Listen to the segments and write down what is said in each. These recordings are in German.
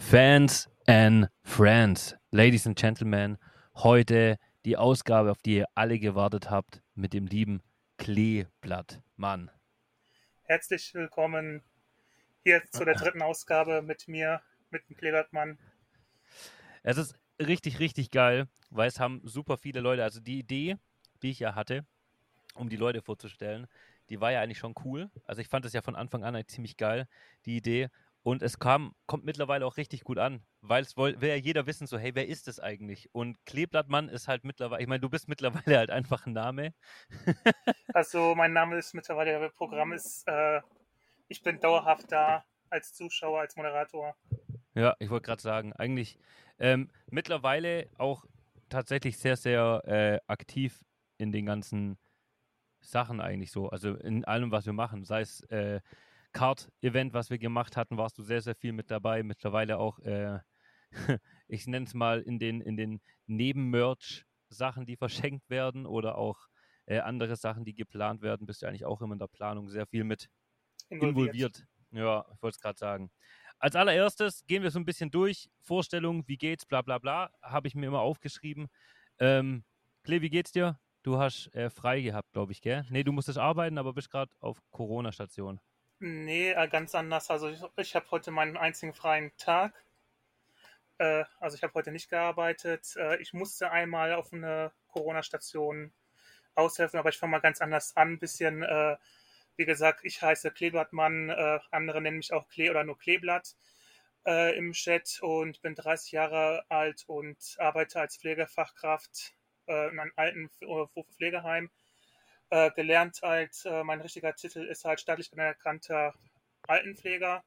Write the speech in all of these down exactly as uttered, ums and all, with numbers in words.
Fans and Friends, Ladies and Gentlemen, heute die Ausgabe, auf die ihr alle gewartet habt, mit dem lieben Kleeblattmann. Herzlich willkommen hier zu der dritten Ausgabe mit mir, mit dem Kleeblattmann. Es ist richtig, richtig geil, weil es haben super viele Leute, also die Idee, die ich ja hatte, um die Leute vorzustellen, die war ja eigentlich schon cool. Also ich fand das ja von Anfang an eigentlich ziemlich geil, die Idee. Und es kam, kommt mittlerweile auch richtig gut an, weil es will, will ja jeder wissen, so, hey, wer ist das eigentlich? Und Kleeblattmann ist halt mittlerweile, ich meine, du bist mittlerweile halt einfach ein Name. Also mein Name ist mittlerweile, das Programm ist, äh, ich bin dauerhaft da als Zuschauer, als Moderator. Ja, ich wollte gerade sagen, eigentlich ähm, mittlerweile auch tatsächlich sehr, sehr äh, aktiv in den ganzen Sachen eigentlich so, also in allem, was wir machen, sei es äh, Kart-Event, was wir gemacht hatten, warst du sehr, sehr viel mit dabei. Mittlerweile auch, äh, ich nenne es mal in den, in den Neben-Merch-Sachen, die verschenkt werden oder auch äh, andere Sachen, die geplant werden, bist du eigentlich auch immer in der Planung sehr viel mit Involviert. involviert. Ja, ich wollte es gerade sagen. Als allererstes gehen wir so ein bisschen durch. Vorstellung, wie geht's, bla bla bla, habe ich mir immer aufgeschrieben. Ähm, Klee, wie geht's dir? Du hast äh, frei gehabt, glaube ich, gell? Nee, du musstest arbeiten, aber bist gerade auf Corona-Station. Nee, äh, ganz anders. Also ich, ich habe heute meinen einzigen freien Tag. Äh, also ich habe heute nicht gearbeitet. Äh, ich musste einmal auf eine Corona-Station aushelfen, aber ich fange mal ganz anders an. Ein bisschen, äh, wie gesagt, ich heiße Kleeblattmann, äh, andere nennen mich auch Klee oder nur Kleeblatt äh, im Chat und bin dreißig Jahre alt und arbeite als Pflegefachkraft äh, in einem alten Pflegeheim. Äh, gelernt halt, äh, mein richtiger Titel ist halt staatlich anerkannter Altenpfleger.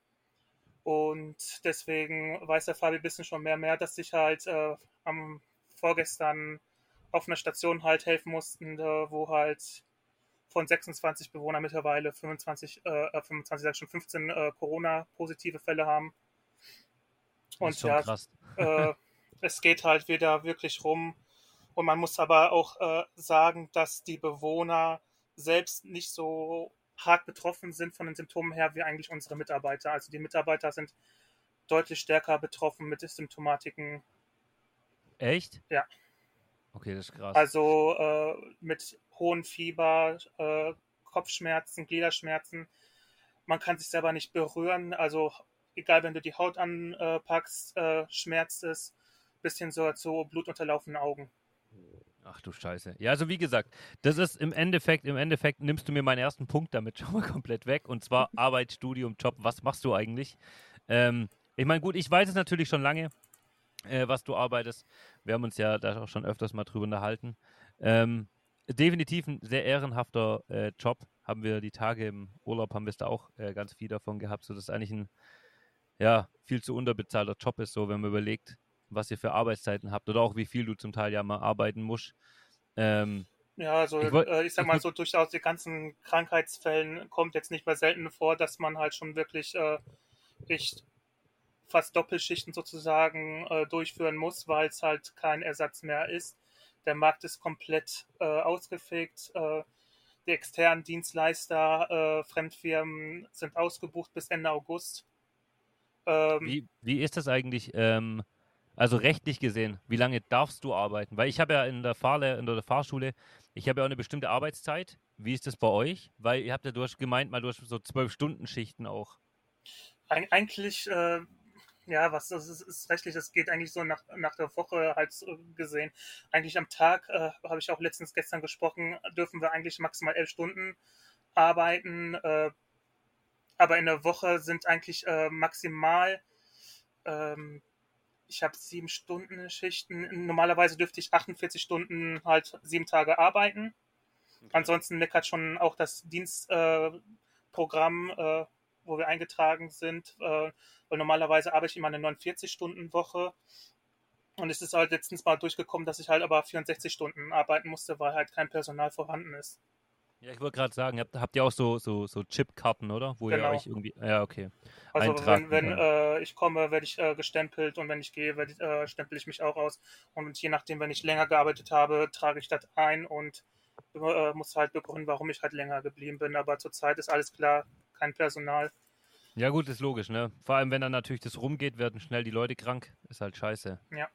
Und deswegen weiß der Fabi ein bisschen schon mehr, mehr, dass ich halt äh, am vorgestern auf einer Station halt helfen mussten, äh, wo halt von sechsundzwanzig Bewohnern mittlerweile fünfundzwanzig, äh, fünfundzwanzig, sag ich schon fünfzehn äh, Corona-positive Fälle haben. Das ist Und schon ja, krass. äh, es geht halt wieder wirklich rum. Und man muss aber auch äh, sagen, dass die Bewohner selbst nicht so hart betroffen sind von den Symptomen her wie eigentlich unsere Mitarbeiter. Also die Mitarbeiter sind deutlich stärker betroffen mit Symptomatiken. Echt? Ja, Okay, das ist krass. also äh, mit hohem Fieber, äh, Kopfschmerzen, Gliederschmerzen. Man kann sich selber nicht berühren. Also egal, wenn du die Haut anpackst, äh, schmerzt es. Bisschen so zu blutunterlaufenden Augen. Ach du Scheiße. Ja, also wie gesagt, das ist im Endeffekt, im Endeffekt nimmst du mir meinen ersten Punkt damit schon mal komplett weg. Und zwar Arbeit, Studium, Job. Was machst du eigentlich? Ähm, ich meine, gut, ich weiß es natürlich schon lange, äh, was du arbeitest. Wir haben uns ja da auch schon öfters mal drüber unterhalten. Ähm, definitiv ein sehr ehrenhafter äh, Job. Haben wir die Tage im Urlaub, haben wir es da auch äh, ganz viel davon gehabt, so dass es eigentlich ein, ja, viel zu unterbezahlter Job ist, so wenn man überlegt, was ihr für Arbeitszeiten habt oder auch wie viel du zum Teil ja mal arbeiten musst. Ähm, Ja, also ich wollte, äh, ich sag ich mal würd, so, durchaus die ganzen Krankheitsfällen kommt jetzt nicht mehr selten vor, dass man halt schon wirklich äh, echt fast Doppelschichten sozusagen äh, durchführen muss, weil es halt kein Ersatz mehr ist. Der Markt ist komplett äh, ausgefegt. Äh, die externen Dienstleister, äh, Fremdfirmen sind ausgebucht bis Ende August. Ähm, wie, wie ist das eigentlich, ähm, also rechtlich gesehen, wie lange darfst du arbeiten? Weil ich habe ja in der Fahrlehr in der Fahrschule, ich habe ja auch eine bestimmte Arbeitszeit. Wie ist das bei euch? Weil ihr habt ja, du hast gemeint, mal du hast so zwölf Stunden Schichten auch. eig- eigentlich, äh, ja, was das ist, ist rechtlich, das geht eigentlich so nach, nach der Woche halt so gesehen. Eigentlich am Tag, äh, habe ich auch letztens gestern gesprochen, dürfen wir eigentlich maximal elf Stunden arbeiten. Äh, aber in der Woche sind eigentlich äh, maximal, ähm, ich habe sieben Stunden Schichten. Normalerweise dürfte ich achtundvierzig Stunden halt sieben Tage arbeiten. Okay. Ansonsten meckert schon auch das Dienstprogramm, äh, äh, wo wir eingetragen sind, äh, weil normalerweise arbeite ich immer eine neunundvierzig-Stunden-Woche. Und es ist halt letztens mal durchgekommen, dass ich halt aber vierundsechzig Stunden arbeiten musste, weil halt kein Personal vorhanden ist. Ja, ich wollte gerade sagen, habt, habt ihr auch so, so, so Chipkarten, oder? Wo ihr Genau. euch irgendwie, ja, okay, Also wenn, eintragt und wenn dann. äh, ich komme, werde ich äh, gestempelt und wenn ich gehe, werd ich, äh, stempel ich mich auch aus. Und je nachdem, wenn ich länger gearbeitet habe, trage ich das ein und äh, muss halt begründen, warum ich halt länger geblieben bin. Aber zurzeit ist alles klar, kein Personal. Ja gut, ist logisch, ne? Vor allem, wenn dann natürlich das rumgeht, werden schnell die Leute krank. Ist halt scheiße. Ja.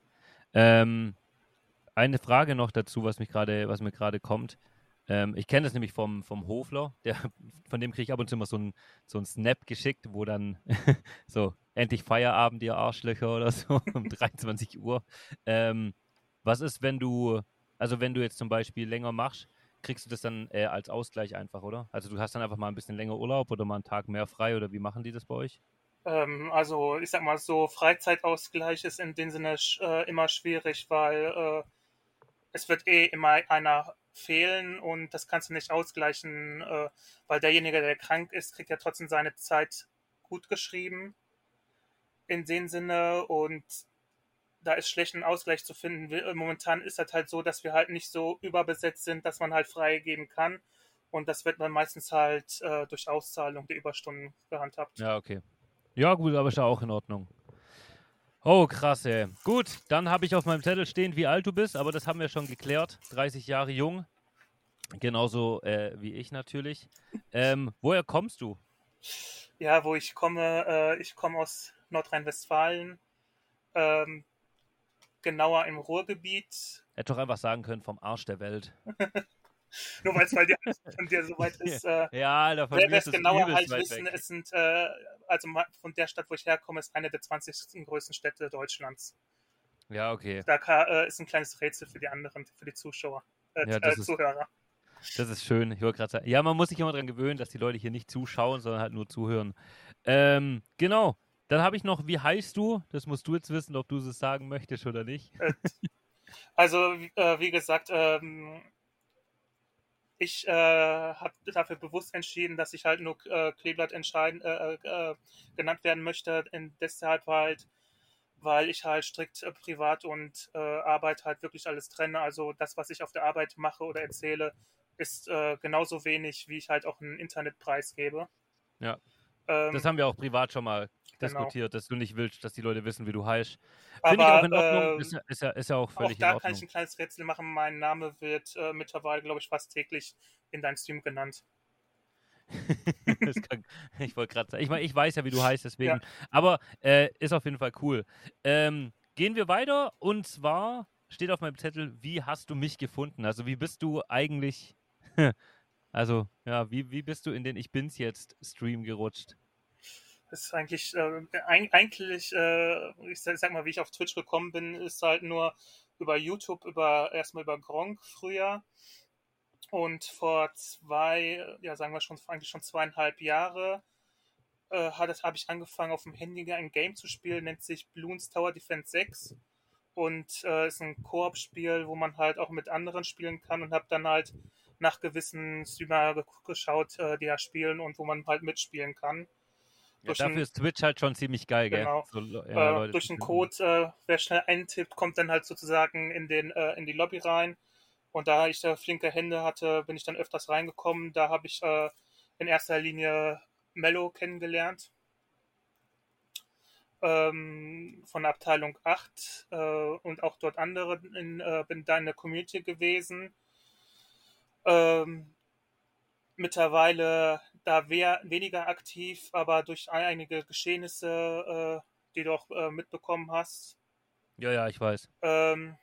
Ähm, eine Frage noch dazu, was mich gerade, was mir gerade kommt. Ähm, ich kenne das nämlich vom, vom Hofler, der, von dem kriege ich ab und zu immer so einen so einen Snap geschickt, wo dann so endlich Feierabend, ihr Arschlöcher oder so um dreiundzwanzig Uhr. Ähm, was ist, wenn du, also wenn du jetzt zum Beispiel länger machst, kriegst du das dann äh, als Ausgleich einfach, oder? Also du hast dann einfach mal ein bisschen länger Urlaub oder mal einen Tag mehr frei oder wie machen die das bei euch? Ähm, also ich sag mal so, Freizeitausgleich ist in dem Sinne sch- äh, immer schwierig, weil äh, es wird eh immer einer fehlen und das kannst du nicht ausgleichen, äh, weil derjenige, der krank ist, kriegt ja trotzdem seine Zeit gut geschrieben in dem Sinne und da ist schlecht ein Ausgleich zu finden. Wir- Momentan ist das halt so, dass wir halt nicht so überbesetzt sind, dass man halt freigeben kann und das wird dann meistens halt äh, durch Auszahlung der Überstunden gehandhabt. Ja, okay. Ja, gut, aber ist ja auch in Ordnung. Oh, krass, ey. Gut, dann habe ich auf meinem Zettel stehen, wie alt du bist, aber das haben wir schon geklärt. dreißig Jahre jung, genauso äh, wie ich natürlich. Ähm, woher kommst du? Ja, wo ich komme, äh, ich komme aus Nordrhein-Westfalen, ähm, genauer im Ruhrgebiet. Hätte doch einfach sagen können, vom Arsch der Welt. Nur weil es bei dir von dir so weit ist, äh, Ja, Alter, von wäre mir es ist es genauer übelst halt weit wissen, weg. es sind, äh, also ma- von der Stadt, wo ich herkomme, ist eine der zwanzig größten Städte Deutschlands. Ja, okay. Da ka- äh, ist ein kleines Rätsel für die anderen, für die Zuschauer, äh, Ja, äh, das ist, Zuhörer. das ist schön. Ich wollte gerade sagen. Ja, man muss sich immer daran gewöhnen, dass die Leute hier nicht zuschauen, sondern halt nur zuhören. Ähm, genau. Dann habe ich noch, wie heißt du? Das musst du jetzt wissen, ob du es sagen möchtest oder nicht. Äh, also, äh, wie gesagt, ähm, ich äh, habe dafür bewusst entschieden, dass ich halt nur äh, Kleeblatt entscheiden, äh, äh, genannt werden möchte. In, deshalb halt, weil ich halt strikt äh, Privat und äh, Arbeit halt wirklich alles trenne. Also das, was ich auf der Arbeit mache oder erzähle, ist äh, genauso wenig, wie ich halt auch einen Internetpreis gebe. Ja. Das Ähm, haben wir auch privat schon mal genau. diskutiert, dass du nicht willst, dass die Leute wissen, wie du heißt. Finde ich auch Aber in Ordnung. Ist äh, ja, ist ja, ist ja auch auch völlig in da kann ich Ordnung. ein kleines Rätsel machen. Mein Name wird äh, mittlerweile, glaube ich, fast täglich in deinem Stream genannt. Das kann, ich wollte gerade sagen, ich meine, ich weiß ja, wie du heißt, Ja, deswegen. Aber äh, ist auf jeden Fall cool. Ähm, gehen wir weiter und zwar steht auf meinem Zettel, wie hast du mich gefunden? Also, wie bist du eigentlich, also, ja, wie, wie bist du in den Ich bin's jetzt Stream gerutscht? ist eigentlich, äh, eig- eigentlich, äh, ich sag sag mal, wie ich auf Twitch gekommen bin, ist halt nur über YouTube, über erstmal über Gronkh früher. Und vor zwei, ja, sagen wir schon, eigentlich schon zweieinhalb Jahre, äh, hat- habe ich angefangen, auf dem Handy ein Game zu spielen, nennt sich Bloons Tower Defense sechs. Und äh, ist ein Koop-Spiel, wo man halt auch mit anderen spielen kann und habe dann halt nach gewissen Streamer ge- geschaut, äh, die da spielen und wo man halt mitspielen kann. Ja, Durch dafür ein, ist Twitch halt schon ziemlich geil, gell? genau, So, Le- ja, äh, Leute zu durch einen finden. Code, äh, wer schnell eintippt, kommt dann halt sozusagen in, den, äh, in die Lobby rein. Und da ich da flinke Hände hatte, bin ich dann öfters reingekommen. Da habe ich äh, in erster Linie Mello kennengelernt, ähm, von der Abteilung acht äh, und auch dort andere. In, äh, bin da in der Community gewesen. Ähm, Mittlerweile da wer, weniger aktiv, aber durch einige Geschehnisse, äh, die du auch äh, mitbekommen hast. Ja, ja, ich weiß. Ähm,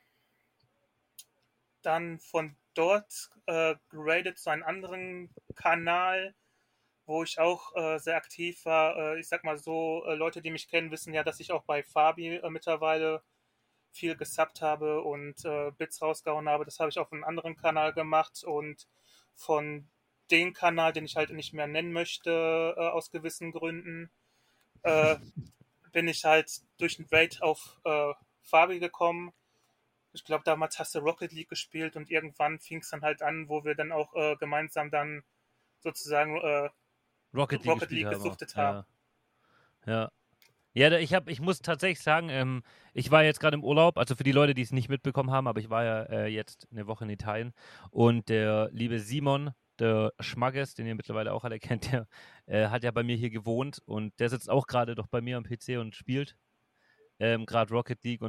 Dann von dort äh, geradet zu einem anderen Kanal, wo ich auch äh, sehr aktiv war. Äh, ich sag mal so, äh, Leute, die mich kennen, wissen ja, dass ich auch bei Fabi äh, mittlerweile viel gesubbt habe und äh, Bits rausgehauen habe. Das habe ich auf einem anderen Kanal gemacht und von dem Kanal, den ich halt nicht mehr nennen möchte, äh, aus gewissen Gründen, äh, bin ich halt durch den Raid auf äh, Fabi gekommen. Ich glaube, damals hast du Rocket League gespielt und irgendwann fing es dann halt an, wo wir dann auch äh, gemeinsam dann sozusagen äh, Rocket League Rocket gespielt League haben wir. gesuchtet haben. Ja, ja. Ja, da- ich hab, ich muss tatsächlich sagen, ähm, ich war jetzt gerade im Urlaub, also für die Leute, die es nicht mitbekommen haben, aber ich war ja äh, jetzt eine Woche in Italien und der liebe Simon, der Schmagges, den ihr mittlerweile auch alle kennt, der äh, hat ja bei mir hier gewohnt und der sitzt auch gerade doch bei mir am P C und spielt ähm, gerade Rocket League und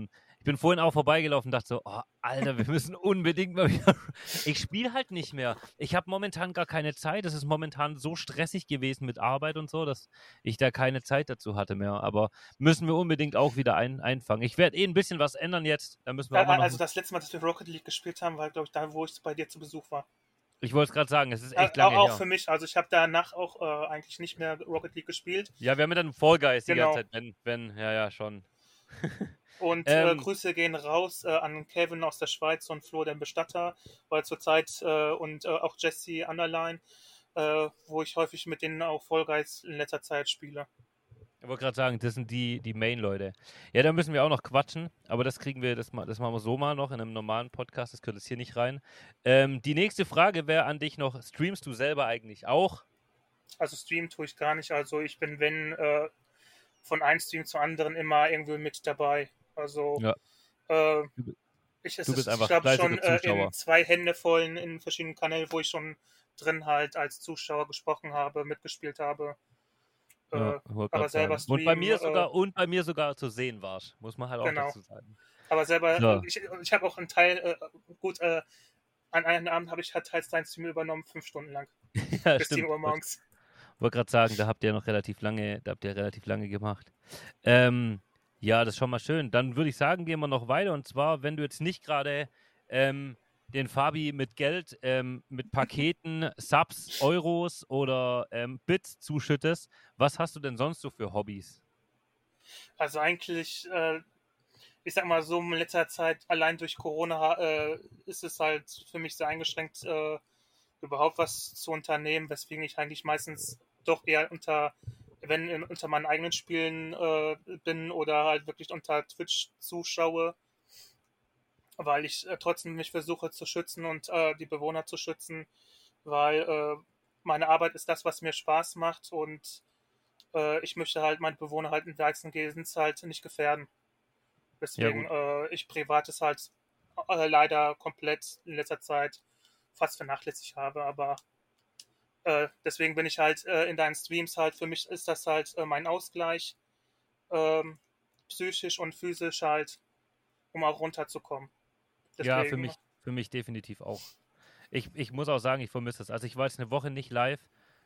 Ich bin vorhin auch vorbeigelaufen und dachte so, oh, Alter, wir müssen unbedingt mal wieder... Ich spiele halt nicht mehr. Ich habe momentan gar keine Zeit. Es ist momentan so stressig gewesen mit Arbeit und so, dass ich da keine Zeit dazu hatte mehr. Aber müssen wir unbedingt auch wieder ein, einfangen. Ich werde eh ein bisschen was ändern jetzt. Da müssen wir auch mal noch... Also das letzte Mal, dass wir Rocket League gespielt haben, war, glaube ich, da, wo ich bei dir zu Besuch war. Ich wollte es gerade sagen, es ist echt Äh, lange auch her. für mich, also ich habe danach auch äh, eigentlich nicht mehr Rocket League gespielt. Ja, wir haben ja dann Fall Guys die Genau. ganze Zeit, wenn, wenn, ja, ja, schon. Und Ähm, äh, Grüße gehen raus äh, an Kevin aus der Schweiz und Flo, den Bestatter, weil zurzeit äh, und äh, auch Jesse Underline, äh, wo ich häufig mit denen auch Fall Guys in letzter Zeit spiele. Ich wollte gerade sagen, das sind die, die Main-Leute. Ja, da müssen wir auch noch quatschen, aber das kriegen wir, das, ma- das machen wir so mal noch in einem normalen Podcast, das gehört jetzt hier nicht rein. Ähm, die nächste Frage wäre an dich noch, streamst du selber eigentlich auch? Also streamen tue ich gar nicht, also ich bin, wenn, äh, von einem Stream zu anderen immer irgendwie mit dabei. Also Ja. äh, Du bi- ich, es du bist ist, einfach ich habe fleißiger schon äh, Zuschauer. in zwei Hände vollen in verschiedenen Kanälen, wo ich schon drin halt als Zuschauer gesprochen habe, mitgespielt habe. Ja, Äh, ich wollte aber gerade selber sagen. Und bei streamen, mir äh, sogar, und bei mir sogar zu sehen warst, muss man halt auch genau. dazu sagen. Aber selber, Ja. äh, ich, ich habe auch einen Teil, äh, gut, äh, an einem Abend habe ich halt teils deinen Stream übernommen, fünf Stunden lang. Ja, Bis zehn stimmt. Uhr morgens. Wollte gerade sagen, da habt ihr noch relativ lange, da habt ihr relativ lange gemacht. Ähm, ja, das ist schon mal schön. Dann würde ich sagen, gehen wir noch weiter. Und zwar, wenn du jetzt nicht gerade ähm, den Fabi mit Geld, ähm, mit Paketen, Subs, Euros oder ähm, Bits zuschüttest, was hast du denn sonst so für Hobbys? Also eigentlich, äh, ich sag mal so, in letzter Zeit, allein durch Corona, äh, ist es halt für mich sehr eingeschränkt, äh, überhaupt was zu unternehmen, weswegen ich eigentlich meistens doch eher unter, wenn in, unter meinen eigenen Spielen äh, bin oder halt wirklich unter Twitch zuschaue, weil ich äh, trotzdem mich versuche zu schützen und äh, die Bewohner zu schützen, weil äh, meine Arbeit ist das, was mir Spaß macht und äh, ich möchte halt meine Bewohner halt in Weißengesens halt nicht gefährden. Ja, Deswegen gut. äh, ich Privates halt äh, leider komplett in letzter Zeit fast vernachlässigt habe, aber äh, deswegen bin ich halt äh, in deinen Streams halt, für mich ist das halt äh, mein Ausgleich, ähm, psychisch und physisch halt, um auch runterzukommen. Ja, für Deswegen, mich, für mich definitiv auch. Ich, ich muss auch sagen, ich vermisse das. Also ich war jetzt eine Woche nicht live.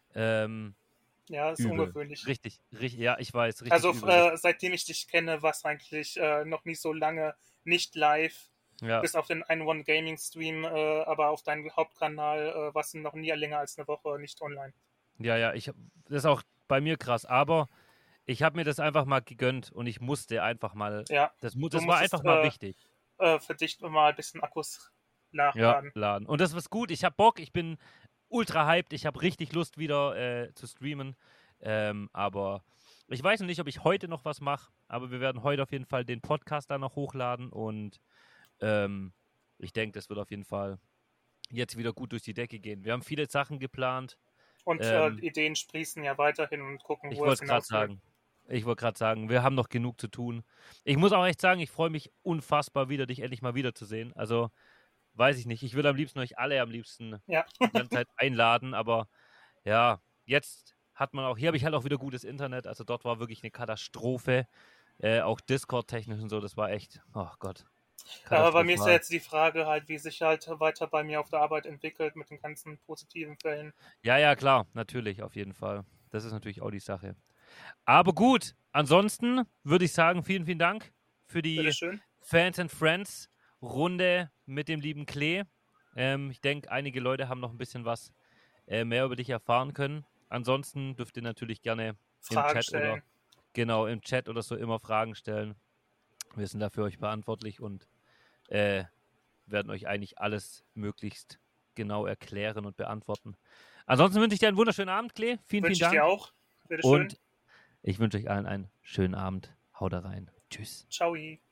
Ähm, ja, ist übel. ungewöhnlich. Richtig, richtig, ja, ich weiß, richtig Also übel. äh, seitdem ich dich kenne, war es eigentlich äh, noch nicht so lange nicht live, Ja, bis auf den einen One Gaming Stream, äh, aber auf deinem Hauptkanal äh, warst du noch nie länger als eine Woche nicht online. ja, ja, ich, hab- das ist auch bei mir krass. Aber ich habe mir das einfach mal gegönnt und ich musste einfach mal, Ja, das, mu- du das war musstest einfach mal äh, wichtig. äh, für dich mal ein bisschen Akkus Ja, nachladen. laden. Und das ist gut. Ich habe Bock. Ich bin ultra hyped. Ich habe richtig Lust, wieder äh, zu streamen. Ähm, aber ich weiß noch nicht, ob ich heute noch was mache. Aber wir werden heute auf jeden Fall den Podcast da noch hochladen. Und ähm, ich denke, das wird auf jeden Fall jetzt wieder gut durch die Decke gehen. Wir haben viele Sachen geplant. Und Ähm, äh, Ideen sprießen ja weiterhin und gucken, Ich wo es wollte gerade hinausläuft. sagen. Ich wollte gerade sagen, wir haben noch genug zu tun. Ich muss auch echt sagen, ich freue mich unfassbar wieder, dich endlich mal wiederzusehen. Also, weiß ich nicht. Ich würde am liebsten euch alle am liebsten Ja, die ganze Zeit einladen, aber ja, jetzt hat man auch, hier habe ich halt auch wieder gutes Internet. Also dort war wirklich eine Katastrophe. Äh, auch Discord-technisch und so, das war echt, oh Gott, aber bei mir ist ja katastrophal. jetzt die Frage halt, wie sich halt weiter bei mir auf der Arbeit entwickelt mit den ganzen positiven Fällen. Ja, ja, klar, natürlich, auf jeden Fall. Das ist natürlich auch die Sache. Aber gut, ansonsten würde ich sagen, vielen, vielen Dank für die Bitteschön. Fans and Friends Runde mit dem lieben Klee. Ähm, ich denke, einige Leute haben noch ein bisschen was äh, mehr über dich erfahren können. Ansonsten dürft ihr natürlich gerne im Fragen Chat stellen. oder genau im Chat oder so immer Fragen stellen. Wir sind dafür euch verantwortlich und äh, werden euch eigentlich alles möglichst genau erklären und beantworten. Ansonsten wünsche ich dir einen wunderschönen Abend, Klee. Vielen, Wünsche ich vielen dir Dank. auch. Bitteschön. Und ich wünsche euch allen einen schönen Abend. Haut da rein. Tschüss. Ciao.